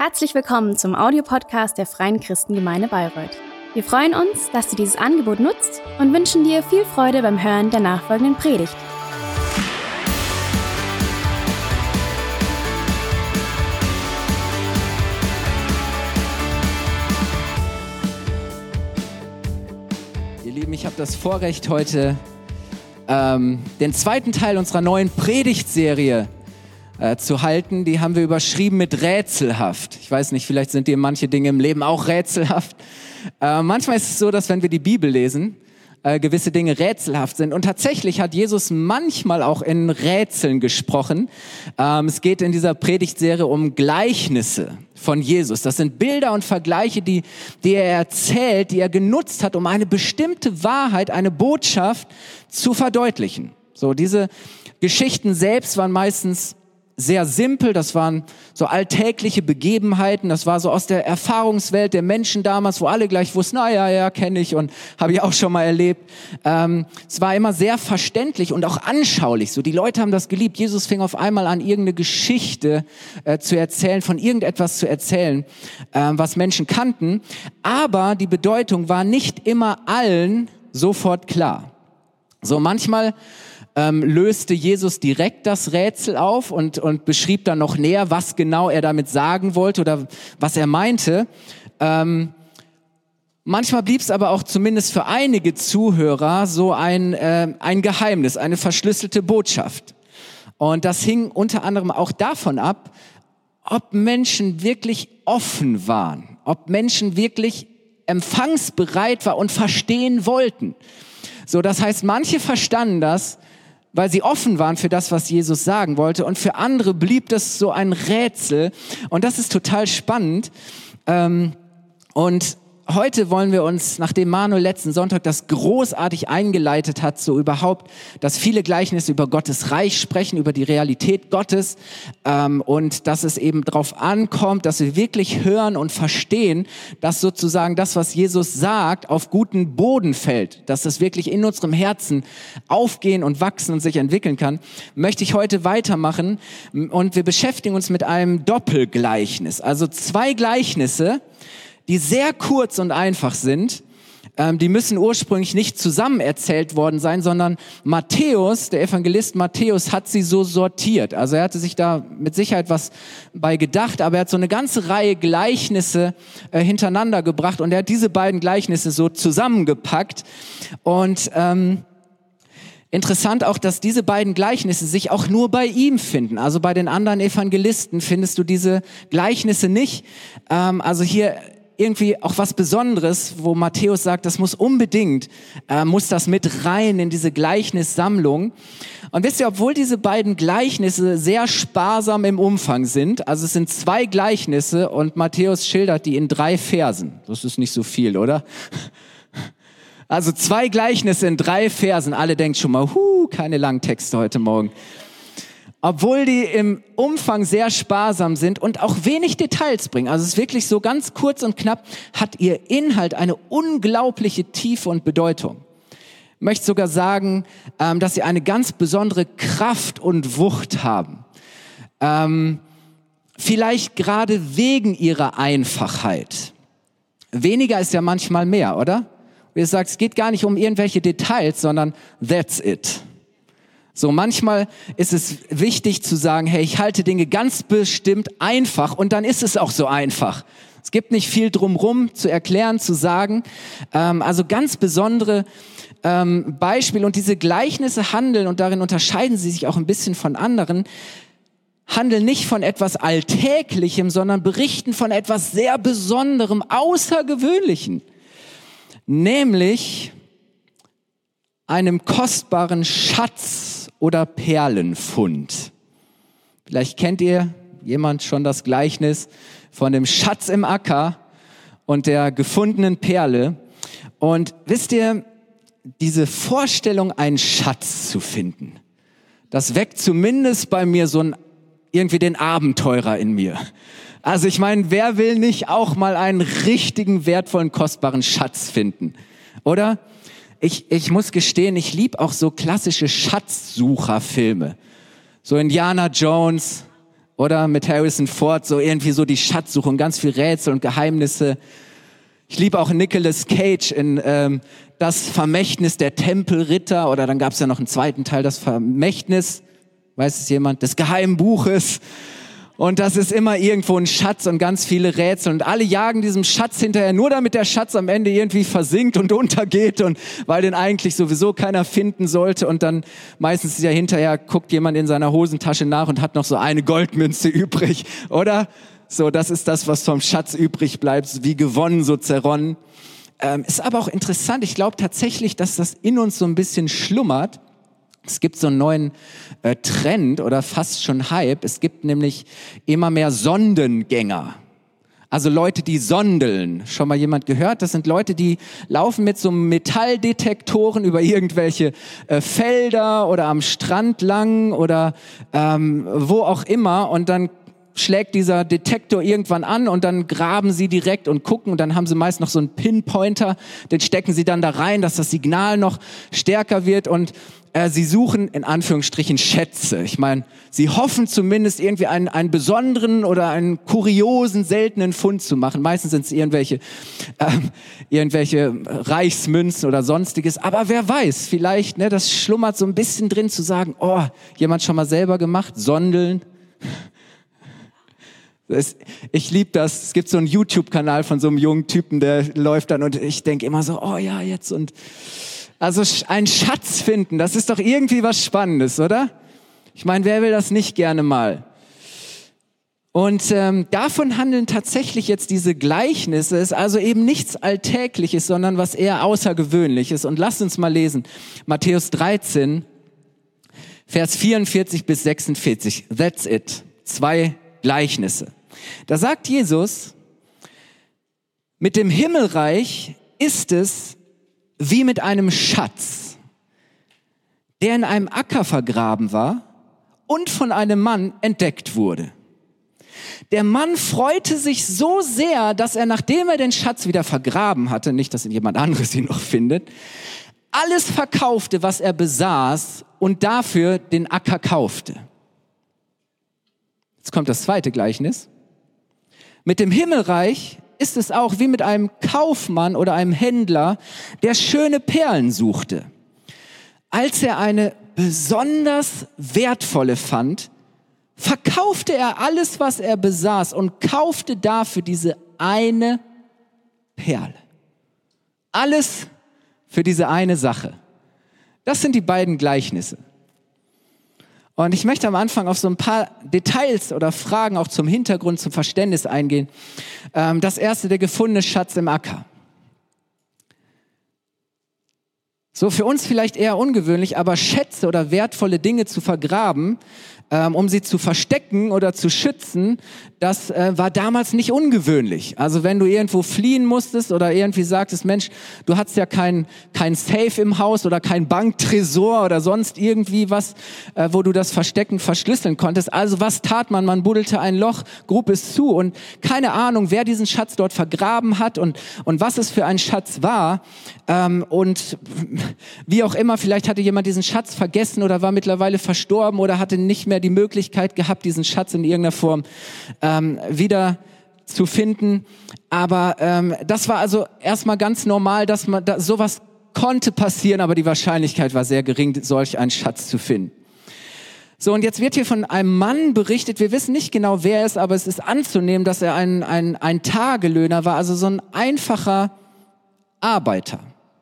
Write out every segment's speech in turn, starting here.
Herzlich willkommen zum Audiopodcast der Freien Christengemeinde Bayreuth. Wir freuen uns, dass du dieses Angebot nutzt und wünschen dir viel Freude beim Hören der nachfolgenden Predigt. Ihr Lieben, ich habe das Vorrecht, heute den zweiten Teil unserer neuen Predigtserie zu halten. Die haben wir überschrieben mit rätselhaft. Ich weiß nicht, vielleicht sind dir manche Dinge im Leben auch rätselhaft. Manchmal ist es so, dass wenn wir die Bibel lesen, gewisse Dinge rätselhaft sind. Und tatsächlich hat Jesus manchmal auch in Rätseln gesprochen. Es geht in dieser Predigtserie um Gleichnisse von Jesus. Das sind Bilder und Vergleiche, die er erzählt, die er genutzt hat, um eine bestimmte Wahrheit, eine Botschaft zu verdeutlichen. So, diese Geschichten selbst waren meistens sehr simpel, das waren so alltägliche Begebenheiten, das war so aus der Erfahrungswelt der Menschen damals, wo alle gleich wussten, ja, kenne ich und habe ich auch schon mal erlebt. Es war immer sehr verständlich und auch anschaulich, so die Leute haben das geliebt. Jesus fing auf einmal an, irgendeine Geschichte zu erzählen, von irgendetwas zu erzählen, was Menschen kannten, aber die Bedeutung war nicht immer allen sofort klar. So manchmal löste Jesus direkt das Rätsel auf und beschrieb dann noch näher, was genau er damit sagen wollte oder was er meinte. Manchmal blieb es aber auch zumindest für einige Zuhörer so ein Geheimnis, eine verschlüsselte Botschaft. Und das hing unter anderem auch davon ab, ob Menschen wirklich offen waren, ob Menschen wirklich empfangsbereit waren und verstehen wollten. So, das heißt, manche verstanden das, weil sie offen waren für das, was Jesus sagen wollte. Und für andere blieb das so ein Rätsel. Und das ist total spannend. Und heute wollen wir uns, nachdem Manuel letzten Sonntag das großartig eingeleitet hat, so überhaupt, dass viele Gleichnisse über Gottes Reich sprechen, über die Realität Gottes und dass es eben darauf ankommt, dass wir wirklich hören und verstehen, dass sozusagen das, was Jesus sagt, auf guten Boden fällt, dass das wirklich in unserem Herzen aufgehen und wachsen und sich entwickeln kann, möchte ich heute weitermachen und wir beschäftigen uns mit einem Doppelgleichnis, also zwei Gleichnisse, die sehr kurz und einfach sind. Die müssen ursprünglich nicht zusammen erzählt worden sein, sondern Matthäus, der Evangelist Matthäus, hat sie so sortiert. Also er hatte sich da mit Sicherheit was bei gedacht, aber er hat so eine ganze Reihe Gleichnisse hintereinander gebracht und er hat diese beiden Gleichnisse so zusammengepackt. Und interessant auch, dass diese beiden Gleichnisse sich auch nur bei ihm finden. Also bei den anderen Evangelisten findest du diese Gleichnisse nicht. Also hier irgendwie auch was Besonderes, wo Matthäus sagt, das muss unbedingt, muss das mit rein in diese Gleichnissammlung. Und wisst ihr, obwohl diese beiden Gleichnisse sehr sparsam im Umfang sind, also es sind zwei Gleichnisse und Matthäus schildert die in 3 Versen. Das ist nicht so viel, oder? Also 2 Gleichnisse in 3 Versen. Alle denken schon mal, keine langen Texte heute Morgen. Obwohl die im Umfang sehr sparsam sind und auch wenig Details bringen, also es ist wirklich so ganz kurz und knapp, hat ihr Inhalt eine unglaubliche Tiefe und Bedeutung. Ich möchte sogar sagen, dass sie eine ganz besondere Kraft und Wucht haben. Vielleicht gerade wegen ihrer Einfachheit. Weniger ist ja manchmal mehr, oder? Wie gesagt, es geht gar nicht um irgendwelche Details, sondern that's it. So, manchmal ist es wichtig zu sagen, hey, ich halte Dinge ganz bestimmt einfach und dann ist es auch so einfach. Es gibt nicht viel drumrum zu erklären, zu sagen. Also ganz besondere Beispiele und diese Gleichnisse handeln, und darin unterscheiden sie sich auch ein bisschen von anderen, handeln nicht von etwas Alltäglichem, sondern berichten von etwas sehr Besonderem, Außergewöhnlichen. Nämlich einem kostbaren Schatz oder Perlenfund. Vielleicht kennt ihr jemand schon das Gleichnis von dem Schatz im Acker und der gefundenen Perle. Und wisst ihr, diese Vorstellung, einen Schatz zu finden, das weckt zumindest bei mir irgendwie den Abenteurer in mir. Also ich meine, wer will nicht auch mal einen richtigen, wertvollen, kostbaren Schatz finden, oder? Ich muss gestehen, ich liebe auch so klassische Schatzsucherfilme. So Indiana Jones, oder mit Harrison Ford, so irgendwie so die Schatzsuche und ganz viel Rätsel und Geheimnisse. Ich liebe auch Nicolas Cage in Das Vermächtnis der Tempelritter, oder dann gab es ja noch einen zweiten Teil, das Vermächtnis, weiß es jemand, des geheimen Buches. Und das ist immer irgendwo ein Schatz und ganz viele Rätsel. Und alle jagen diesem Schatz hinterher, nur damit der Schatz am Ende irgendwie versinkt und untergeht. Und weil den eigentlich sowieso keiner finden sollte. Und dann meistens ja hinterher guckt jemand in seiner Hosentasche nach und hat noch so eine Goldmünze übrig, oder? So, das ist das, was vom Schatz übrig bleibt, wie gewonnen, so zerronnen. Ist aber auch interessant. Ich glaube tatsächlich, dass das in uns so ein bisschen schlummert. Es gibt so einen neuen Trend oder fast schon Hype. Es gibt nämlich immer mehr Sondengänger. Also Leute, die sondeln. Schon mal jemand gehört? Das sind Leute, die laufen mit so Metalldetektoren über irgendwelche Felder oder am Strand lang oder wo auch immer. Und dann schlägt dieser Detektor irgendwann an und dann graben sie direkt und gucken und dann haben sie meist noch so einen Pinpointer, den stecken sie dann da rein, dass das Signal noch stärker wird und sie suchen in Anführungsstrichen Schätze. Ich meine, sie hoffen zumindest irgendwie einen besonderen oder einen kuriosen, seltenen Fund zu machen. Meistens sind es irgendwelche Reichsmünzen oder sonstiges. Aber wer weiß, vielleicht, ne, das schlummert so ein bisschen drin zu sagen, oh, jemand schon mal selber gemacht, sondeln. Ich liebe das. Es gibt so einen YouTube-Kanal von so einem jungen Typen, der läuft dann und ich denke immer so, oh ja, jetzt und... Also einen Schatz finden, das ist doch irgendwie was Spannendes, oder? Ich meine, wer will das nicht gerne mal? Und davon handeln tatsächlich jetzt diese Gleichnisse. Es ist also eben nichts Alltägliches, sondern was eher Außergewöhnliches. Und lasst uns mal lesen. Matthäus 13, Vers 44 bis 46. That's it. 2 Gleichnisse. Da sagt Jesus, mit dem Himmelreich ist es wie mit einem Schatz, der in einem Acker vergraben war und von einem Mann entdeckt wurde. Der Mann freute sich so sehr, dass er, nachdem er den Schatz wieder vergraben hatte, nicht, dass jemand anderes ihn noch findet, alles verkaufte, was er besaß und dafür den Acker kaufte. Jetzt kommt das zweite Gleichnis. Mit dem Himmelreich ist es auch wie mit einem Kaufmann oder einem Händler, der schöne Perlen suchte. Als er eine besonders wertvolle fand, verkaufte er alles, was er besaß und kaufte dafür diese eine Perle. Alles für diese eine Sache. Das sind die beiden Gleichnisse. Und ich möchte am Anfang auf so ein paar Details oder Fragen auch zum Hintergrund, zum Verständnis eingehen. Das erste, der gefundene Schatz im Acker. So für uns vielleicht eher ungewöhnlich, aber Schätze oder wertvolle Dinge zu vergraben, um sie zu verstecken oder zu schützen, das war damals nicht ungewöhnlich. Also wenn du irgendwo fliehen musstest oder irgendwie sagtest, Mensch, du hattest ja kein Safe im Haus oder kein Banktresor oder sonst irgendwie was, wo du das Verstecken verschlüsseln konntest. Also was tat man? Man buddelte ein Loch, grub es zu und keine Ahnung, wer diesen Schatz dort vergraben hat und was es für ein Schatz war. Und wie auch immer, vielleicht hatte jemand diesen Schatz vergessen oder war mittlerweile verstorben oder hatte nicht mehr die Möglichkeit gehabt, diesen Schatz in irgendeiner Form wieder zu finden. Aber das war also erstmal ganz normal, dass man sowas konnte passieren, aber die Wahrscheinlichkeit war sehr gering, solch einen Schatz zu finden. So, und jetzt wird hier von einem Mann berichtet, wir wissen nicht genau, wer er ist, aber es ist anzunehmen, dass er ein Tagelöhner war, also so ein einfacher Arbeiter,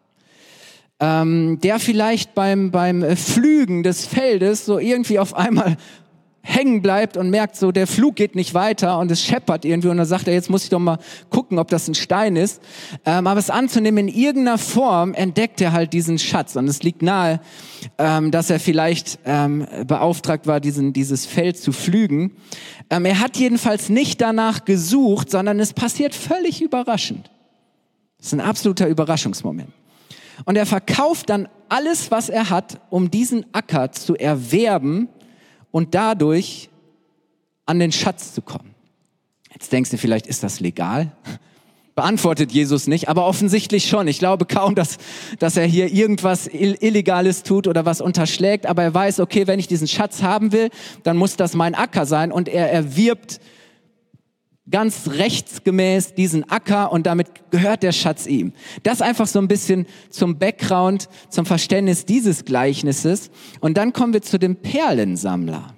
der vielleicht beim Pflügen des Feldes so irgendwie auf einmal hängen bleibt und merkt so, der Flug geht nicht weiter und es scheppert irgendwie und dann sagt er, jetzt muss ich doch mal gucken, ob das ein Stein ist. Aber es anzunehmen, in irgendeiner Form entdeckt er halt diesen Schatz und es liegt nahe, dass er vielleicht beauftragt war, dieses Feld zu pflügen. Er hat jedenfalls nicht danach gesucht, sondern es passiert völlig überraschend. Das ist ein absoluter Überraschungsmoment. Und er verkauft dann alles, was er hat, um diesen Acker zu erwerben und dadurch an den Schatz zu kommen. Jetzt denkst du vielleicht, ist das legal? beantwortet Jesus nicht, aber offensichtlich schon. Ich glaube kaum, dass er hier irgendwas Illegales tut oder was unterschlägt, aber er weiß, okay, wenn ich diesen Schatz haben will, dann muss das mein Acker sein und er erwirbt ganz rechtsgemäß diesen Acker und damit gehört der Schatz ihm. Das einfach so ein bisschen zum Background, zum Verständnis dieses Gleichnisses. Und dann kommen wir zu dem Perlensammler.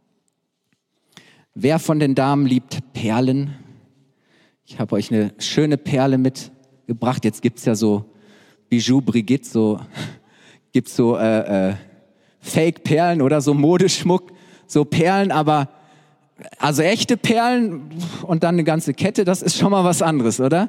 Wer von den Damen liebt Perlen? Ich habe euch eine schöne Perle mitgebracht. Jetzt gibt's ja so Bijou Brigitte, gibt's so Fake-Perlen oder so Modeschmuck, so Perlen, aber also echte Perlen und dann eine ganze Kette, das ist schon mal was anderes, oder?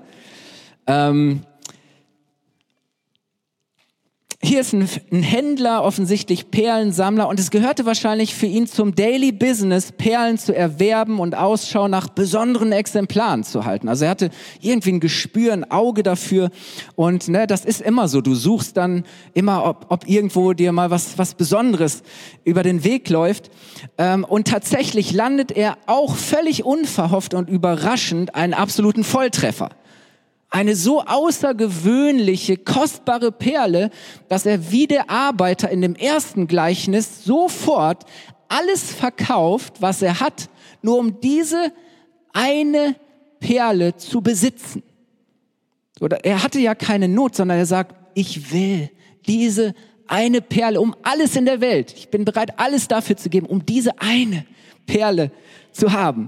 Hier ist ein Händler, offensichtlich Perlensammler, und es gehörte wahrscheinlich für ihn zum Daily Business, Perlen zu erwerben und Ausschau nach besonderen Exemplaren zu halten. Also er hatte irgendwie ein Gespür, ein Auge dafür, und das ist immer so. Du suchst dann immer, ob irgendwo dir mal was Besonderes über den Weg läuft. Und tatsächlich landet er auch völlig unverhofft und überraschend einen absoluten Volltreffer. Eine so außergewöhnliche, kostbare Perle, dass er wie der Arbeiter in dem ersten Gleichnis sofort alles verkauft, was er hat, nur um diese eine Perle zu besitzen. Oder er hatte ja keine Not, sondern er sagt, ich will diese eine Perle um alles in der Welt. Ich bin bereit, alles dafür zu geben, um diese eine Perle zu haben.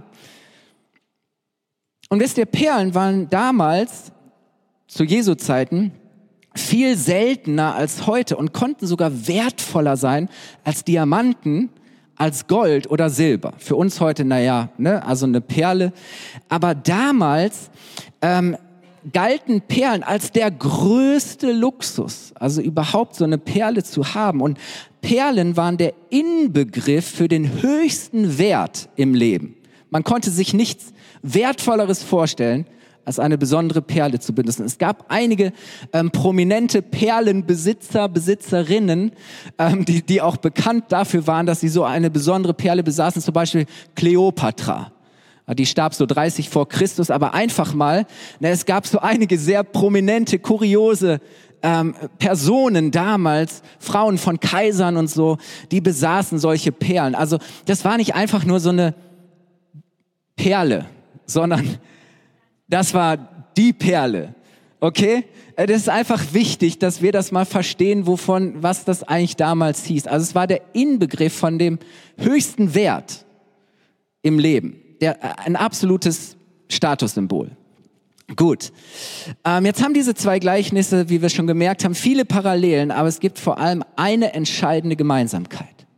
Und wisst ihr, Perlen waren damals, zu Jesu Zeiten, viel seltener als heute und konnten sogar wertvoller sein als Diamanten, als Gold oder Silber. Für uns heute, also eine Perle. Aber damals galten Perlen als der größte Luxus, also überhaupt so eine Perle zu haben. Und Perlen waren der Inbegriff für den höchsten Wert im Leben. Man konnte sich nichts Wertvolleres vorstellen, als eine besondere Perle zu besitzen. Es gab einige prominente Perlenbesitzer, Besitzerinnen, die auch bekannt dafür waren, dass sie so eine besondere Perle besaßen, zum Beispiel Kleopatra. Die starb so 30 vor Christus, aber einfach mal, es gab so einige sehr prominente, kuriose Personen damals, Frauen von Kaisern und so, die besaßen solche Perlen. Also das war nicht einfach nur so eine Perle, sondern das war die Perle, okay? Das ist einfach wichtig, dass wir das mal verstehen, was das eigentlich damals hieß. Also es war der Inbegriff von dem höchsten Wert im Leben, ein absolutes Statussymbol. Gut, jetzt haben diese zwei Gleichnisse, wie wir schon gemerkt haben, viele Parallelen, aber es gibt vor allem eine entscheidende Gemeinsamkeit.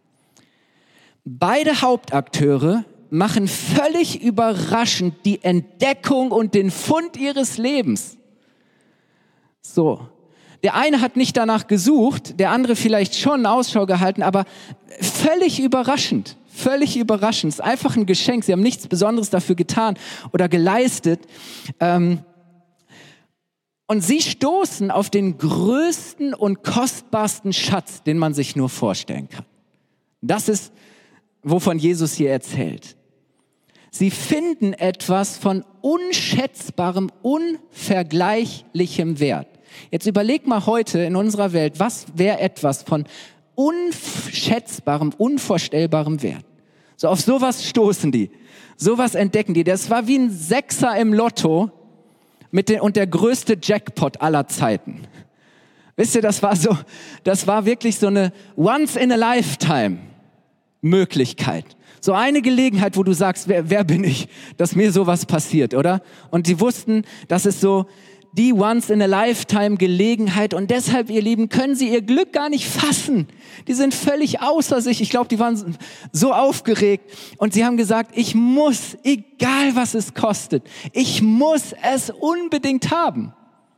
Beide Hauptakteure machen völlig überraschend die Entdeckung und den Fund ihres Lebens. So, der eine hat nicht danach gesucht, der andere vielleicht schon Ausschau gehalten, aber völlig überraschend. Völlig überraschend. Es ist einfach ein Geschenk. Sie haben nichts Besonderes dafür getan oder geleistet. Und sie stoßen auf den größten und kostbarsten Schatz, den man sich nur vorstellen kann. Das ist, wovon Jesus hier erzählt. Sie finden etwas von unschätzbarem, unvergleichlichem Wert. Jetzt überleg mal heute in unserer Welt, was wäre etwas von unschätzbarem, unvorstellbarem Wert? So, auf sowas stoßen die, sowas entdecken die. Das war wie ein Sechser im Lotto und der größte Jackpot aller Zeiten. Wisst ihr, das war wirklich so eine Once-in-a-Lifetime-Möglichkeit. So eine Gelegenheit, wo du sagst, wer bin ich, dass mir sowas passiert, oder? Und sie wussten, das ist so die Once-in-a-Lifetime-Gelegenheit, und deshalb, ihr Lieben, können sie ihr Glück gar nicht fassen. Die sind völlig außer sich. Ich glaube, die waren so aufgeregt und sie haben gesagt, ich muss, egal was es kostet, ich muss es unbedingt haben.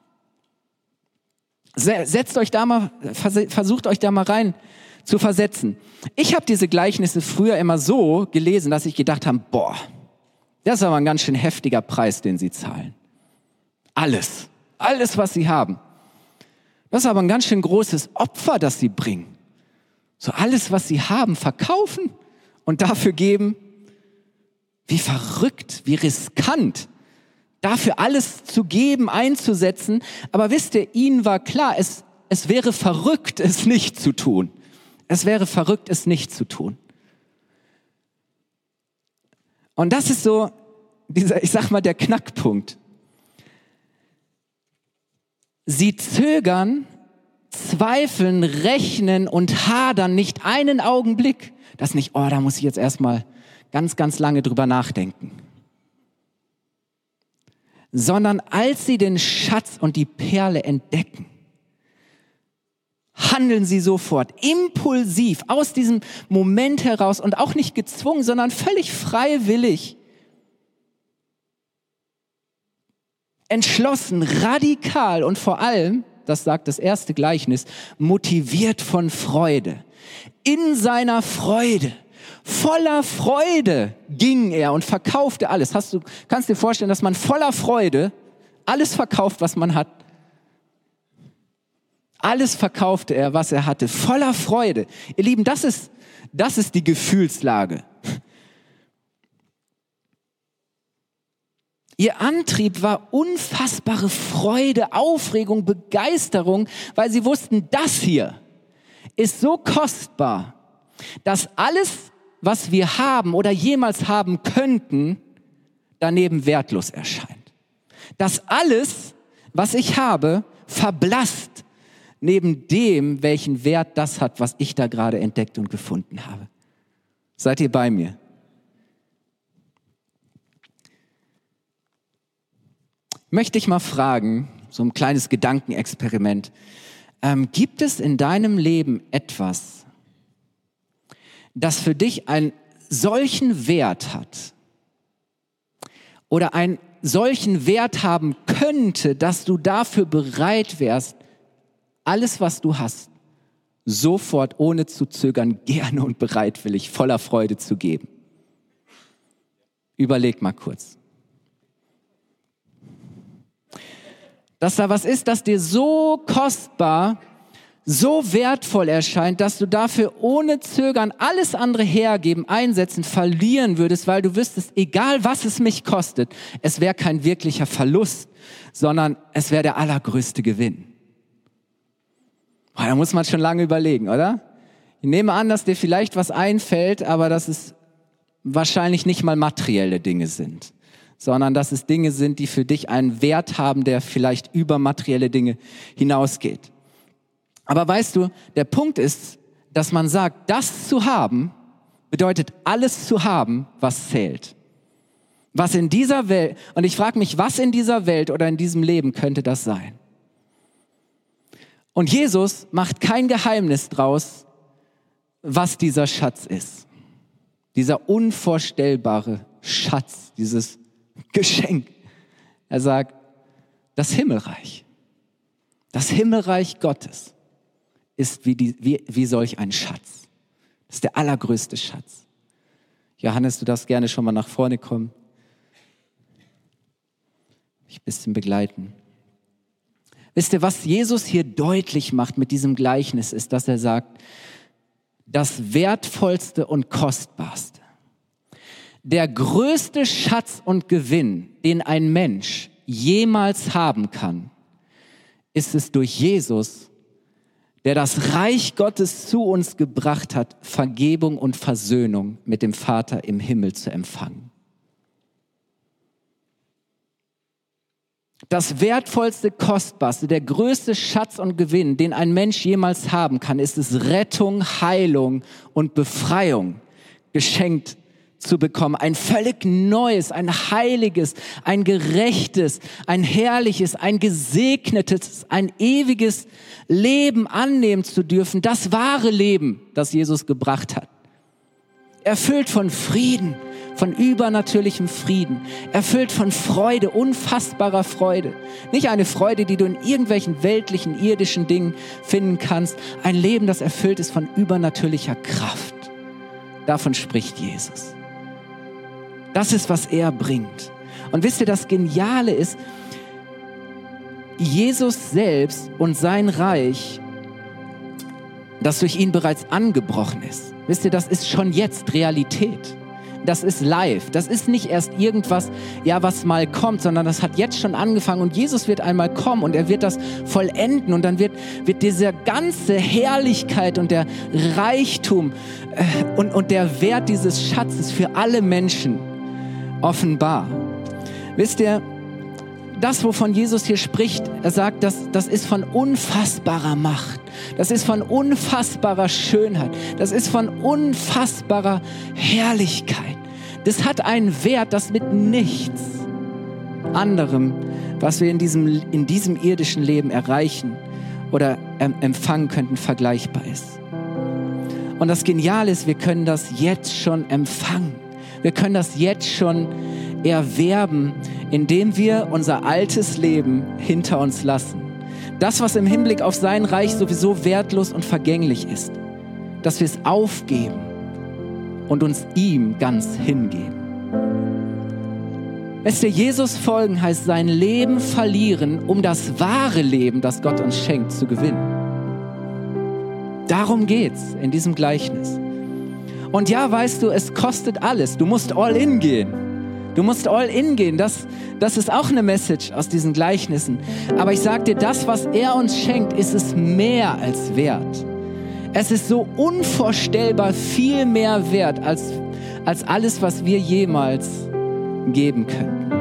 Versucht euch da mal rein zu versetzen. Ich habe diese Gleichnisse früher immer so gelesen, dass ich gedacht habe, das ist aber ein ganz schön heftiger Preis, den sie zahlen. Alles, was sie haben. Das ist aber ein ganz schön großes Opfer, das sie bringen. So alles, was sie haben, verkaufen und dafür geben. Wie verrückt, wie riskant. dafür alles zu geben, einzusetzen. Aber wisst ihr, ihnen war klar, es wäre verrückt, es nicht zu tun. Es wäre verrückt, es nicht zu tun. Und das ist so dieser, ich sag mal, der Knackpunkt. Sie zögern, zweifeln, rechnen und hadern nicht einen Augenblick. Das nicht, da muss ich jetzt erstmal ganz, ganz lange drüber nachdenken. Sondern als sie den Schatz und die Perle entdecken, handeln sie sofort, impulsiv, aus diesem Moment heraus und auch nicht gezwungen, sondern völlig freiwillig, entschlossen, radikal und vor allem, das sagt das erste Gleichnis, motiviert von Freude. In seiner Freude, voller Freude ging er und verkaufte alles. Kannst dir vorstellen, dass man voller Freude alles verkauft, was man hat? Alles verkaufte er, was er hatte, voller Freude. Ihr Lieben, das ist die Gefühlslage. Ihr Antrieb war unfassbare Freude, Aufregung, Begeisterung, weil sie wussten, das hier ist so kostbar, dass alles, was wir haben oder jemals haben könnten, daneben wertlos erscheint. Dass alles, was ich habe, verblasst neben dem, welchen Wert das hat, was ich da gerade entdeckt und gefunden habe. Seid ihr bei mir? Möchte ich mal fragen, so ein kleines Gedankenexperiment, gibt es in deinem Leben etwas, das für dich einen solchen Wert hat oder einen solchen Wert haben könnte, dass du dafür bereit wärst, alles, was du hast, sofort, ohne zu zögern, gerne und bereitwillig, voller Freude zu geben? Überleg mal kurz. Dass da was ist, das dir so kostbar, so wertvoll erscheint, dass du dafür ohne Zögern alles andere hergeben, einsetzen, verlieren würdest, weil du wüsstest, egal was es mich kostet, es wäre kein wirklicher Verlust, sondern es wäre der allergrößte Gewinn. Da muss man schon lange überlegen, oder? Ich nehme an, dass dir vielleicht was einfällt, aber dass es wahrscheinlich nicht mal materielle Dinge sind, sondern dass es Dinge sind, die für dich einen Wert haben, der vielleicht über materielle Dinge hinausgeht. Aber weißt du, der Punkt ist, dass man sagt, das zu haben, bedeutet alles zu haben, was zählt. Was in dieser Welt, und ich frage mich, was in dieser Welt oder in diesem Leben könnte das sein? Und Jesus macht kein Geheimnis draus, was dieser Schatz ist. Dieser unvorstellbare Schatz, dieses Geschenk. Er sagt, das Himmelreich Gottes ist wie solch ein Schatz. Das ist der allergrößte Schatz. Johannes, du darfst gerne schon mal nach vorne kommen. Mich ein bisschen begleiten. Wisst ihr, was Jesus hier deutlich macht mit diesem Gleichnis, ist, dass er sagt, das Wertvollste und Kostbarste, der größte Schatz und Gewinn, den ein Mensch jemals haben kann, ist es durch Jesus, der das Reich Gottes zu uns gebracht hat, Vergebung und Versöhnung mit dem Vater im Himmel zu empfangen. Das wertvollste, kostbarste, der größte Schatz und Gewinn, den ein Mensch jemals haben kann, ist es, Rettung, Heilung und Befreiung geschenkt zu bekommen. Ein völlig neues, ein heiliges, ein gerechtes, ein herrliches, ein gesegnetes, ein ewiges Leben annehmen zu dürfen. Das wahre Leben, das Jesus gebracht hat. Erfüllt von Frieden, von übernatürlichem Frieden, erfüllt von Freude, unfassbarer Freude. Nicht eine Freude, die du in irgendwelchen weltlichen, irdischen Dingen finden kannst. Ein Leben, das erfüllt ist von übernatürlicher Kraft. Davon spricht Jesus. Das ist, was er bringt. Und wisst ihr, das Geniale ist, Jesus selbst und sein Reich, das durch ihn bereits angebrochen ist. Wisst ihr, das ist schon jetzt Realität. das ist live. Das ist nicht erst irgendwas, ja, was mal kommt, sondern das hat jetzt schon angefangen und Jesus wird einmal kommen und er wird das vollenden und dann wird diese ganze Herrlichkeit und der Reichtum und der Wert dieses Schatzes für alle Menschen offenbar. Wisst ihr, das, wovon Jesus hier spricht, er sagt, das ist von unfassbarer Macht. Das ist von unfassbarer Schönheit. Das ist von unfassbarer Herrlichkeit. Das hat einen Wert, das mit nichts anderem, was wir in diesem irdischen Leben erreichen oder empfangen könnten, vergleichbar ist. Und das Geniale ist, wir können das jetzt schon empfangen. Wir können das jetzt schon erwerben, indem wir unser altes Leben hinter uns lassen. Das, was im Hinblick auf sein Reich sowieso wertlos und vergänglich ist, dass wir es aufgeben und uns ihm ganz hingeben. Wisst ihr, Jesus folgen heißt sein Leben verlieren, um das wahre Leben, das Gott uns schenkt, zu gewinnen. Darum geht's in diesem Gleichnis. Und ja, weißt du, es kostet alles. Du musst all in gehen. Du musst all in gehen. Das ist auch eine Message aus diesen Gleichnissen. Aber ich sag dir, das, was er uns schenkt, ist es mehr als wert. Es ist so unvorstellbar viel mehr wert als alles, was wir jemals geben können.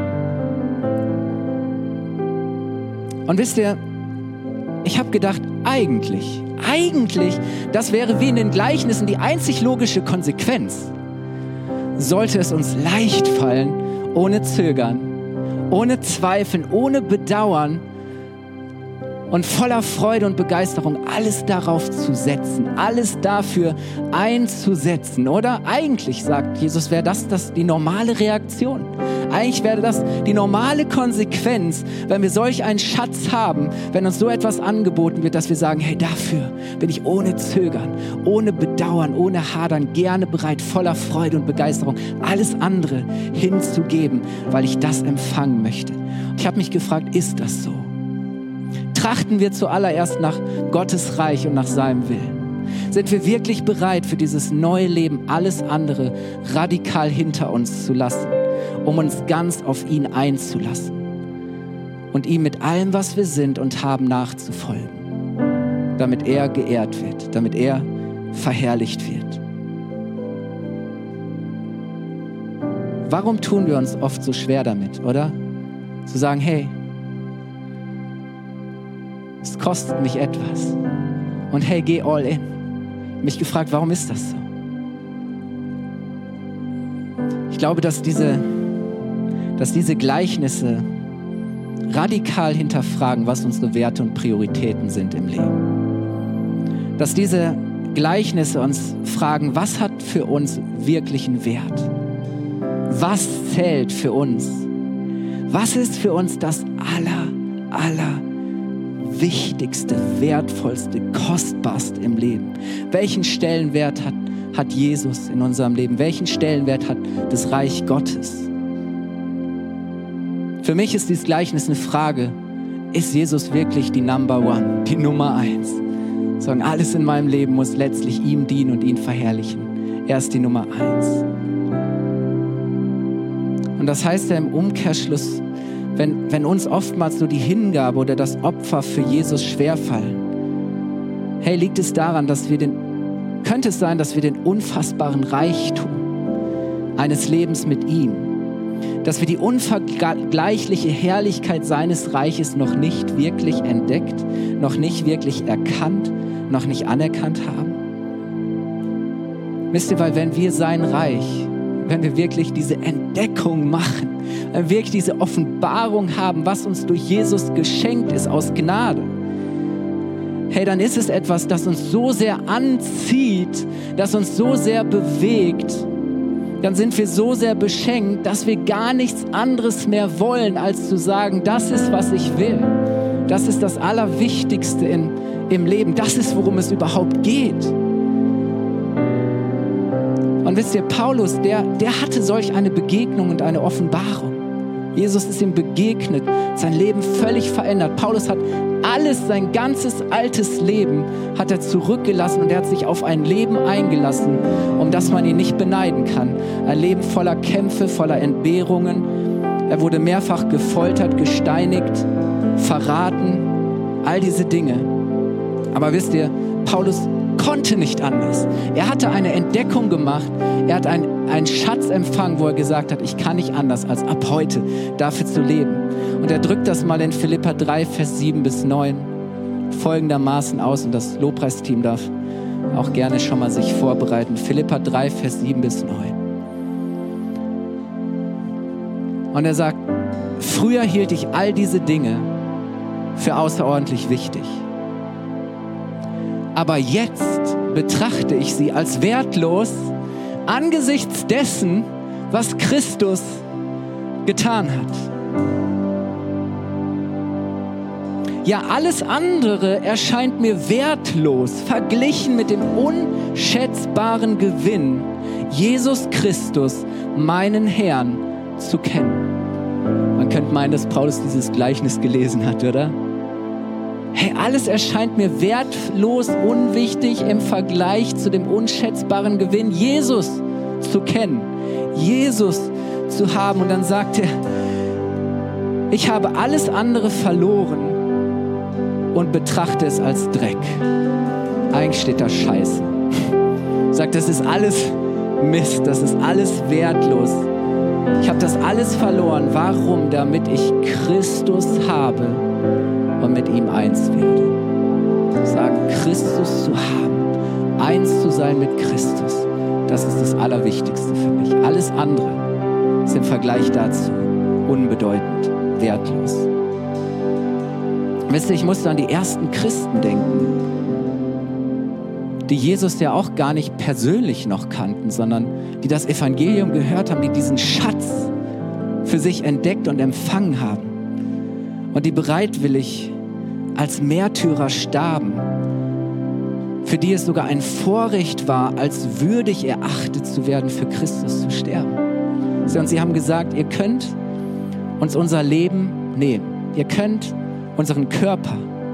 Und wisst ihr, ich habe gedacht, eigentlich, das wäre wie in den Gleichnissen die einzig logische Konsequenz. Sollte es uns leicht fallen, ohne Zögern, ohne Zweifeln, ohne Bedauern und voller Freude und Begeisterung alles darauf zu setzen, alles dafür einzusetzen, oder? Eigentlich, sagt Jesus, wäre das die normale Reaktion. Eigentlich wäre das die normale Konsequenz, wenn wir solch einen Schatz haben, wenn uns so etwas angeboten wird, dass wir sagen, hey, dafür bin ich ohne Zögern, ohne Bedauern, ohne Hadern gerne bereit, voller Freude und Begeisterung, alles andere hinzugeben, weil ich das empfangen möchte. Und ich habe mich gefragt, ist das so? Trachten wir zuallererst nach Gottes Reich und nach seinem Willen? Sind wir wirklich bereit, für dieses neue Leben alles andere radikal hinter uns zu lassen, um uns ganz auf ihn einzulassen und ihm mit allem, was wir sind und haben, nachzufolgen, damit er geehrt wird, damit er verherrlicht wird? Warum tun wir uns oft so schwer damit, oder? Zu sagen, hey, es kostet mich etwas. Und hey, geh all in. Ich habe mich gefragt, warum ist das so? Ich glaube, dass diese Gleichnisse radikal hinterfragen, was unsere Werte und Prioritäten sind im Leben. Dass diese Gleichnisse uns fragen, was hat für uns wirklichen Wert? Was zählt für uns? Was ist für uns das wichtigste, wertvollste, kostbarste im Leben? Welchen Stellenwert hat Jesus in unserem Leben? Welchen Stellenwert hat das Reich Gottes? Für mich ist dieses Gleichnis eine Frage, ist Jesus wirklich die Number One, die Nummer 1? Sagen, alles in meinem Leben muss letztlich ihm dienen und ihn verherrlichen. Er ist die Nummer 1. Und das heißt ja im Umkehrschluss, wenn uns oftmals so die Hingabe oder das Opfer für Jesus schwerfallen, hey, liegt es daran, könnte es sein, dass wir den unfassbaren Reichtum eines Lebens mit ihm, dass wir die unvergleichliche Herrlichkeit seines Reiches noch nicht wirklich entdeckt, noch nicht wirklich erkannt, noch nicht anerkannt haben? Wisst ihr, weil wenn wir sein Reich, wenn wir wirklich diese Entdeckung machen, wenn wir wirklich diese Offenbarung haben, was uns durch Jesus geschenkt ist aus Gnade, hey, dann ist es etwas, das uns so sehr anzieht, das uns so sehr bewegt, dann sind wir so sehr beschenkt, dass wir gar nichts anderes mehr wollen, als zu sagen, das ist, was ich will. Das ist das Allerwichtigste im Leben. Das ist, worum es überhaupt geht. Und wisst ihr, Paulus, der hatte solch eine Begegnung und eine Offenbarung. Jesus ist ihm begegnet, sein Leben völlig verändert. Paulus hat alles, sein ganzes altes Leben hat er zurückgelassen und er hat sich auf ein Leben eingelassen, um das man ihn nicht beneiden kann. Ein Leben voller Kämpfe, voller Entbehrungen. Er wurde mehrfach gefoltert, gesteinigt, verraten, all diese Dinge. Aber wisst ihr, Paulus konnte nicht anders. Er hatte eine Entdeckung gemacht. Er hat einen Schatz empfangen, wo er gesagt hat, ich kann nicht anders, als ab heute dafür zu leben. Und er drückt das mal in Philipper 3, Vers 7 bis 9 folgendermaßen aus. Und das Lobpreisteam darf auch gerne schon mal sich vorbereiten. Philipper 3, Vers 7 bis 9. Und er sagt, früher hielt ich all diese Dinge für außerordentlich wichtig. Aber jetzt betrachte ich sie als wertlos angesichts dessen, was Christus getan hat. Ja, alles andere erscheint mir wertlos, verglichen mit dem unschätzbaren Gewinn, Jesus Christus, meinen Herrn, zu kennen. Man könnte meinen, dass Paulus dieses Gleichnis gelesen hat, oder? Hey, alles erscheint mir wertlos, unwichtig im Vergleich zu dem unschätzbaren Gewinn, Jesus zu kennen, Jesus zu haben. Und dann sagt er, ich habe alles andere verloren und betrachte es als Dreck. Eigentlich steht da Scheiße. Sagt, das ist alles Mist, das ist alles wertlos. Ich habe das alles verloren. Warum? Damit ich Christus habe und mit ihm eins werde. Sagen, Christus zu haben, eins zu sein mit Christus, das ist das Allerwichtigste für mich. Alles andere ist im Vergleich dazu unbedeutend, wertlos. Wisst ihr, ich musste an die ersten Christen denken, die Jesus ja auch gar nicht persönlich noch kannten, sondern die das Evangelium gehört haben, die diesen Schatz für sich entdeckt und empfangen haben. Und die bereitwillig als Märtyrer starben, für die es sogar ein Vorrecht war, als würdig erachtet zu werden, für Christus zu sterben. Und sie haben gesagt, ihr könnt uns unser Leben nehmen. Ihr könnt unseren Körper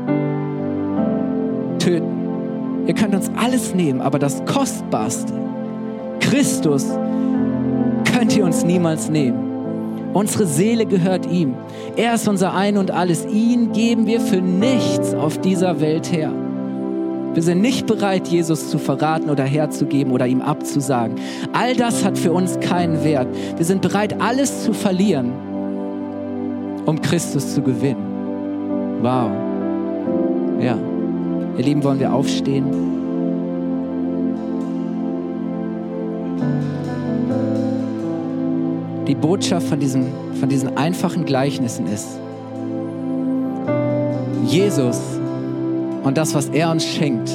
töten. Ihr könnt uns alles nehmen, aber das Kostbarste, Christus, könnt ihr uns niemals nehmen. Unsere Seele gehört ihm. Er ist unser Ein und Alles. Ihn geben wir für nichts auf dieser Welt her. Wir sind nicht bereit, Jesus zu verraten oder herzugeben oder ihm abzusagen. All das hat für uns keinen Wert. Wir sind bereit, alles zu verlieren, um Christus zu gewinnen. Wow. Ja. Ihr Lieben, wollen wir aufstehen? Die Botschaft von diesen einfachen Gleichnissen ist, Jesus und das, was er uns schenkt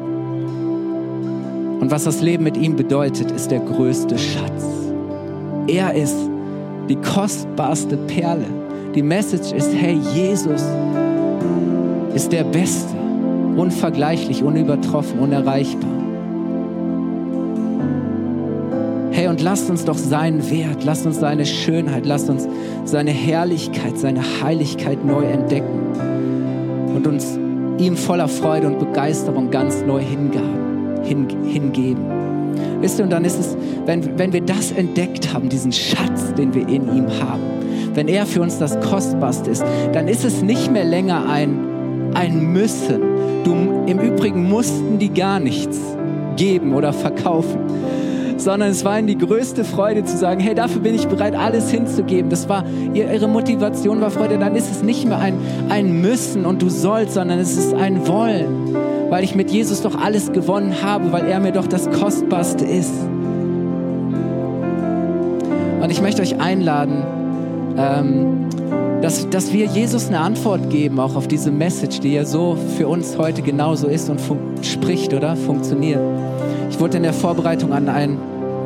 und was das Leben mit ihm bedeutet, ist der größte Schatz. Er ist die kostbarste Perle. Die Message ist, hey, Jesus ist der Beste, unvergleichlich, unübertroffen, unerreichbar. Hey, und lasst uns doch seinen Wert, lasst uns seine Schönheit, lasst uns seine Herrlichkeit, seine Heiligkeit neu entdecken und uns ihm voller Freude und Begeisterung ganz neu hingeben. Wisst ihr, und dann ist es, wenn wir das entdeckt haben, diesen Schatz, den wir in ihm haben, wenn er für uns das Kostbarste ist, dann ist es nicht mehr länger ein Müssen. Im Übrigen mussten die gar nichts geben oder verkaufen, sondern es war ihnen die größte Freude zu sagen, hey, dafür bin ich bereit, alles hinzugeben. Das war ihre Motivation, war Freude. Dann ist es nicht mehr ein Müssen und du sollst, sondern es ist ein Wollen, weil ich mit Jesus doch alles gewonnen habe, weil er mir doch das Kostbarste ist. Und ich möchte euch einladen, dass wir Jesus eine Antwort geben, auch auf diese Message, die ja so für uns heute genauso ist und spricht, oder? Funktioniert. Ich wurde in der Vorbereitung an ein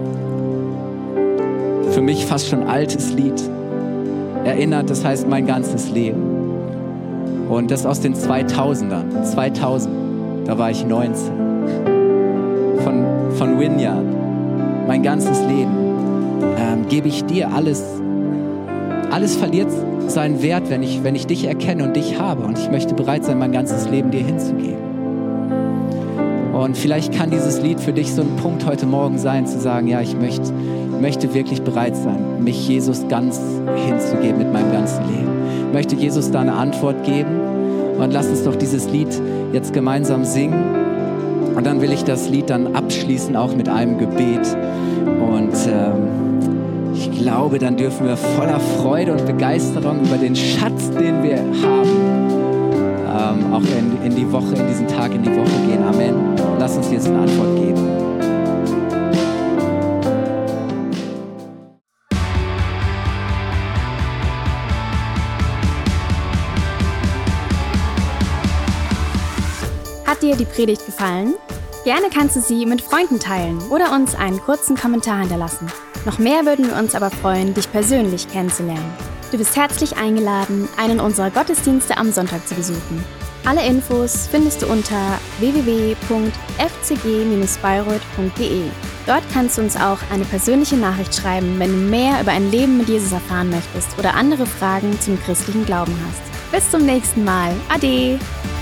für mich fast schon altes Lied erinnert, das heißt Mein ganzes Leben. Und das aus den 2000ern. 2000, da war ich 19. Von Vineyard. Mein ganzes Leben gebe ich dir alles alles verliert seinen Wert, wenn ich dich erkenne und dich habe. Und ich möchte bereit sein, mein ganzes Leben dir hinzugeben. Und vielleicht kann dieses Lied für dich so ein Punkt heute Morgen sein, zu sagen, ja, ich möchte wirklich bereit sein, mich Jesus ganz hinzugeben mit meinem ganzen Leben. Ich möchte Jesus da eine Antwort geben. Und lass uns doch dieses Lied jetzt gemeinsam singen. Und dann will ich das Lied dann abschließen, auch mit einem Gebet. Und ich glaube, dann dürfen wir voller Freude und Begeisterung über den Schatz, den wir haben, auch in die Woche, in diesen Tag, in die Woche gehen. Amen. Lass uns jetzt eine Antwort geben. Hat dir die Predigt gefallen? Gerne kannst du sie mit Freunden teilen oder uns einen kurzen Kommentar hinterlassen. Noch mehr würden wir uns aber freuen, dich persönlich kennenzulernen. Du bist herzlich eingeladen, einen unserer Gottesdienste am Sonntag zu besuchen. Alle Infos findest du unter www.fcg-bayreuth.de. Dort kannst du uns auch eine persönliche Nachricht schreiben, wenn du mehr über ein Leben mit Jesus erfahren möchtest oder andere Fragen zum christlichen Glauben hast. Bis zum nächsten Mal. Ade!